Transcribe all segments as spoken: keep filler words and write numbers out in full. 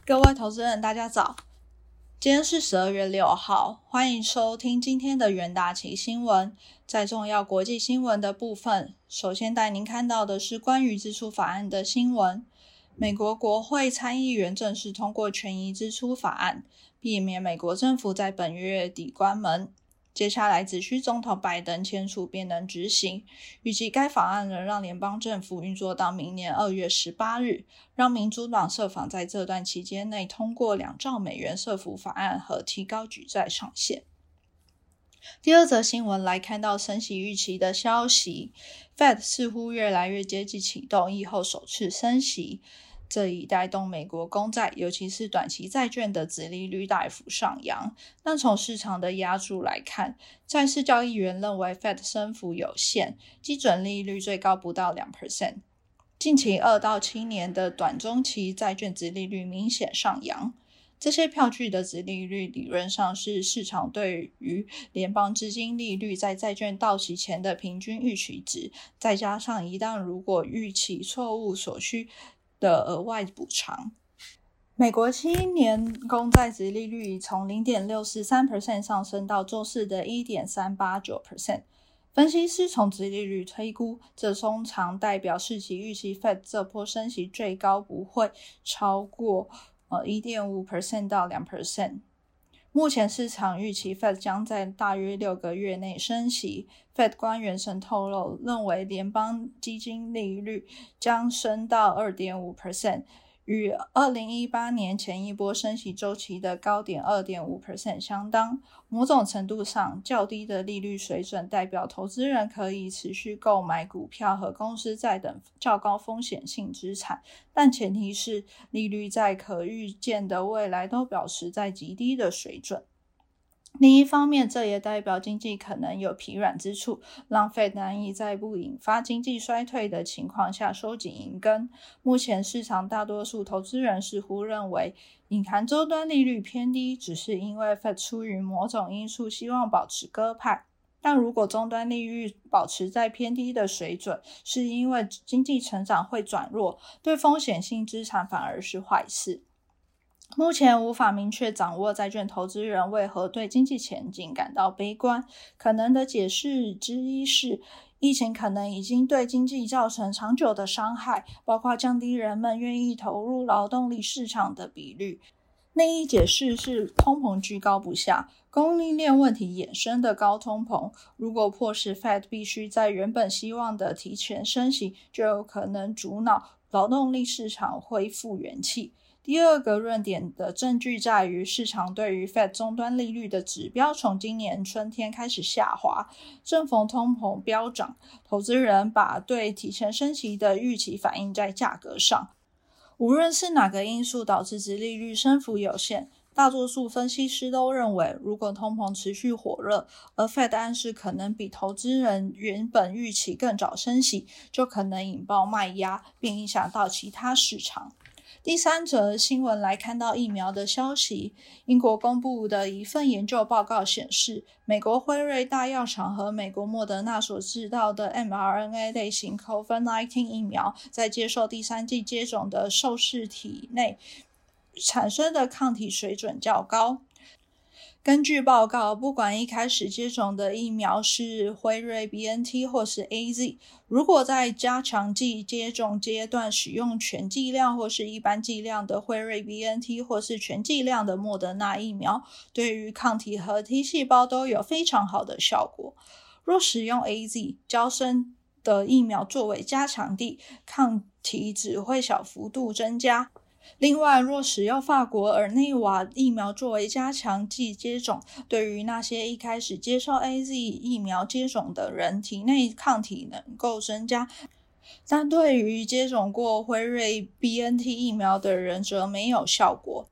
各位投资人大家早，今天是十二月六号，欢迎收听今天的元大奇新闻。在重要国际新闻的部分，首先带您看到的是关于支出法案的新闻。美国国会参议员正式通过权益支出法案，避免美国政府在本月底关门。接下来只需总统拜登签署便能执行，预计该法案能让联邦政府运作到明年二月十八日，让民主党设法在这段期间内通过两兆美元社福法案和提高举债上限。第二则新闻来看到升息预期的消息， Fed 似乎越来越接近启动疫后首次升息，这已带动美国公债，尤其是短期债券的殖利率大幅上扬。但从市场的押注来看，债市交易员认为 Fed 升幅有限，基准利率最高不到 百分之二。近期二到七年的短中期债券殖利率明显上扬。这些票据的殖利率理论上是市场对于联邦资金利率在债券到期前的平均预期值，再加上一旦如果预期错误所需的额外补偿。美国七年公债殖利率从 零点六四三 上升到周四的 一点三八九。分析师从殖利率推估，这通常代表市期预期 Fed 这波升息最高不会超过呃 一点五 到 百分之二。目前市场预期 Fed 将在大约六个月内升息。Fed 官员曾透露，认为联邦基金利率将升到 二点五 与二零一八年前一波升息周期的高点 二点五 相当。某种程度上，较低的利率水准代表投资人可以持续购买股票和公司债等较高风险性资产，但前提是利率在可预见的未来都保持在极低的水准。另一方面，这也代表经济可能有疲软之处，让 Fed 难以在不引发经济衰退的情况下收紧银根。目前市场大多数投资人似乎认为，隐含终端利率偏低只是因为 Fed 出于某种因素希望保持鸽派，但如果终端利率保持在偏低的水准，是因为经济成长会转弱，对风险性资产反而是坏事。目前无法明确掌握债券投资人为何对经济前景感到悲观，可能的解释之一是疫情可能已经对经济造成长久的伤害，包括降低人们愿意投入劳动力市场的比率。另一解释是通膨居高不下，供应链问题衍生的高通膨，如果迫使 Fed 必须在原本希望的提前升息，就有可能阻挠劳动力市场恢复元气。第二个论点的证据在于，市场对于 Fed 终端利率的指标从今年春天开始下滑，正逢通膨飙涨，投资人把对提前升息的预期反映在价格上。无论是哪个因素导致殖利率升幅有限，大多数分析师都认为，如果通膨持续火热，而 Fed 暗示可能比投资人原本预期更早升息，就可能引爆卖压，并影响到其他市场。第三则新闻来看到疫苗的消息，英国公布的一份研究报告显示，美国辉瑞大药厂和美国莫德纳所制造的 M R N A 类型 COVID 十九 疫苗，在接受第三剂接种的受试体内产生的抗体水准较高。根据报告，不管一开始接种的疫苗是辉瑞 B N T 或是 A Z， 如果在加强剂接种阶段使用全剂量或是一般剂量的辉瑞 B N T 或是全剂量的莫德纳疫苗，对于抗体和 T 细胞都有非常好的效果。若使用 A Z 较深的疫苗作为加强剂，抗体只会小幅度增加。另外，若使用法国尔内瓦疫苗作为加强剂接种，对于那些一开始接受 A Z 疫苗接种的人，体内抗体能够增加，但对于接种过辉瑞 B N T 疫苗的人则没有效果。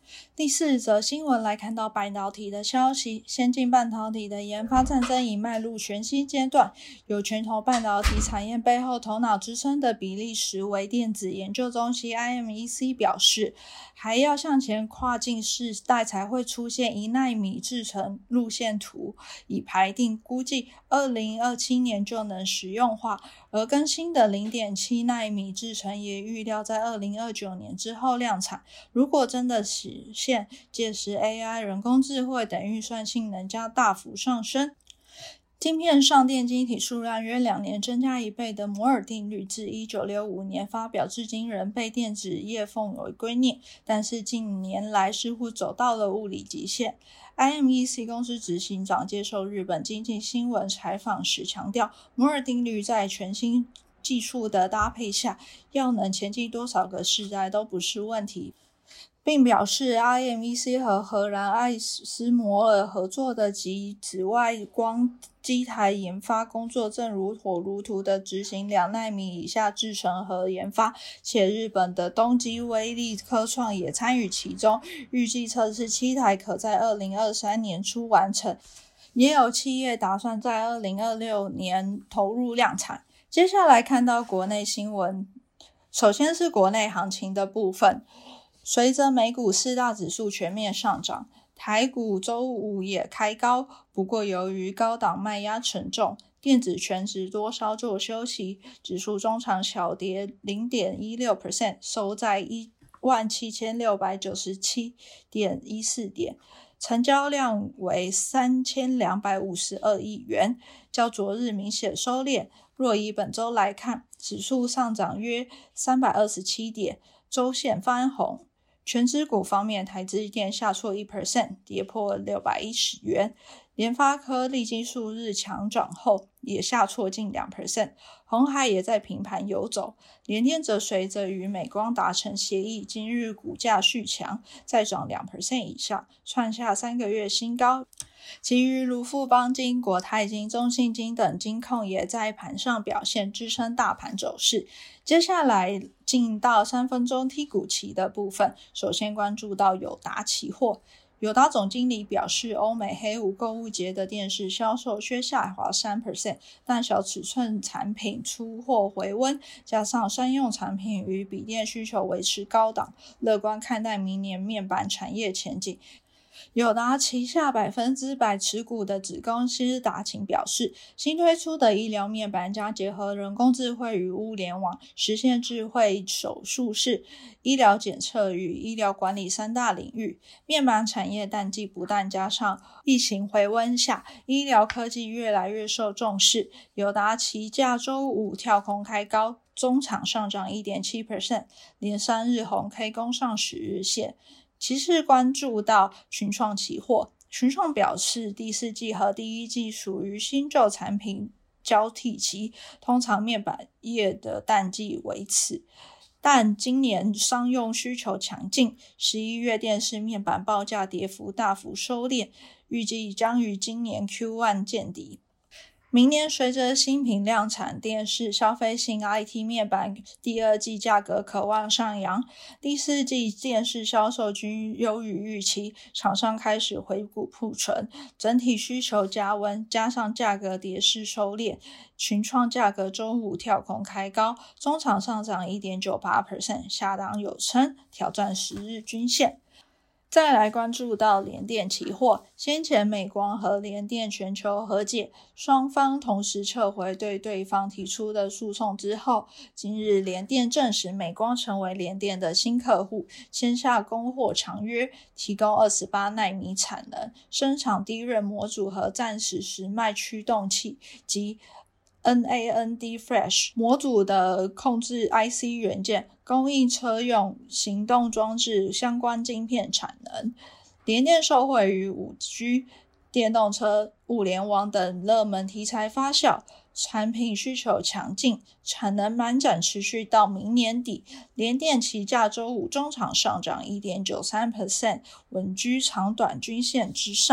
第四则新闻来看到半导体的消息，先进半导体的研发战争已迈入全新阶段，有全球半导体产业背后头脑之称的比利时微电子研究中心 I M E C 表示，还要向前跨进世代才会出现一奈米制程路线图，以排定估计二零二七年就能实用化，而更新的 零点七奈米制程也预料在二零二九年之后量产。如果真的实现，届时 A I 人工智慧等运算性能将大幅上升。晶片上电晶体数量约两年增加一倍的摩尔定律自一九六五年发表至今仍被电子业奉为圭臬，但是近年来似乎走到了物理极限。I M E C 公司执行长接受日本经济新闻采访时强调，摩尔定律在全新技术的搭配下，要能前进多少个世代都不是问题，并表示 I M E C 和荷兰艾斯摩尔合作的极紫外光机台研发工作正如火如荼地执行两奈米以下制程和研发，且日本的东京威力科创也参与其中，预计测试七台可在二零二三年初完成，也有企业打算在二零二六年投入量产。接下来看到国内新闻，首先是国内行情的部分。随着美股四大指数全面上涨，台股周五也开高，不过由于高档卖压沉重，电子全值多稍作休息，指数中场小跌 百分之零点一六， 收在一万七千六百九十七点一四点，成交量为三千两百五十二亿元，较昨日明显收敛。若以本周来看，指数上涨约三百二十七点，周线翻红。全指股方面，台积电下挫 百分之一， 跌破六百一十元，联发科历经数日强涨后也下挫近 百分之二， 鸿海也在平盘游走，联电则随着与美光达成协议，今日股价续强，再涨 百分之二 以上，创下三个月新高。其余如富邦金、国泰金、中信金等金控也在盘上表现，支撑大盘走势。接下来进到三分钟 T 股期的部分，首先关注到友达期货。友达总经理表示，欧美黑五购物节的电视销售却下滑 百分之三， 但小尺寸产品出货回温，加上商用产品与笔电需求维持高档，乐观看待明年面板产业前景。友达旗下百分之百持股的子公司达勤表示，新推出的医疗面板将结合人工智慧与物联网，实现智慧手术室、医疗检测与医疗管理三大领域。面板产业淡季不但加上疫情回温下，医疗科技越来越受重视。友达旗价周五跳空开高，中场上涨 百分之一点七， 连三日红 K 攻上十日线。其次关注到群创期货，群创表示第四季和第一季属于新旧产品交替期，通常面板业的淡季为此，但今年商用需求强劲，十一月电视面板报价跌幅大幅收敛，预计将于今年 Q 一 见底。明年随着新品量产，电视、消费性 I T 面板第二季价格可望上扬，第四季电视销售均优于预期，厂商开始回补库存，整体需求加温，加上价格跌势收敛，群创价格周五跳空开高，中场上涨 百分之一点九八， 下档有撑，挑战十日均线。再来关注到联电期货，先前美光和联电全球和解，双方同时撤回对对方提出的诉讼之后，今日联电证实美光成为联电的新客户，签下供货长约，提供二十八奈米产能，生产低润模组和暂时时脉驱动器及N A N D Flash 模组的控制 I C 元件，供应车用行动装置相关晶片产能。联电受惠于 五 G、电动车、物联网等热门题材发酵，产品需求强劲，产能满载持续到明年底。联电期价周五中场上涨 百分之一点九三， 稳居长短均线之上。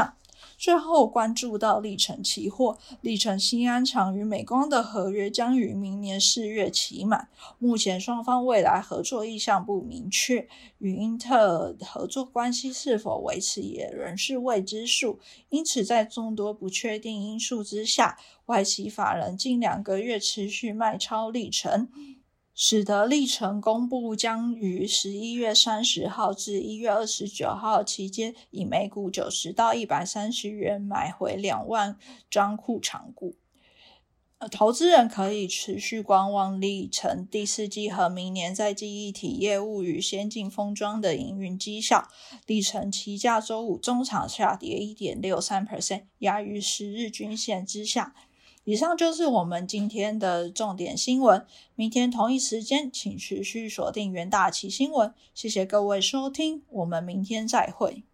最后关注到力成期货，力成新安厂与美光的合约将于明年四月期满，目前双方未来合作意向不明确，与英特尔合作关系是否维持也仍是未知数，因此在众多不确定因素之下，外企法人近两个月持续卖超力成，使得力成公布将于十一月三十号至一月二十九号期间以每股九十到一百三十元买回两万张库藏股。投资人可以持续观望力成第四季和明年在记忆体业务与先进封装的营运绩效。力成期价周五中场下跌 百分之一点六三， 压于十日均线之下。以上就是我们今天的重点新闻，明天同一时间请持续锁定元大旗新闻，谢谢各位收听，我们明天再会。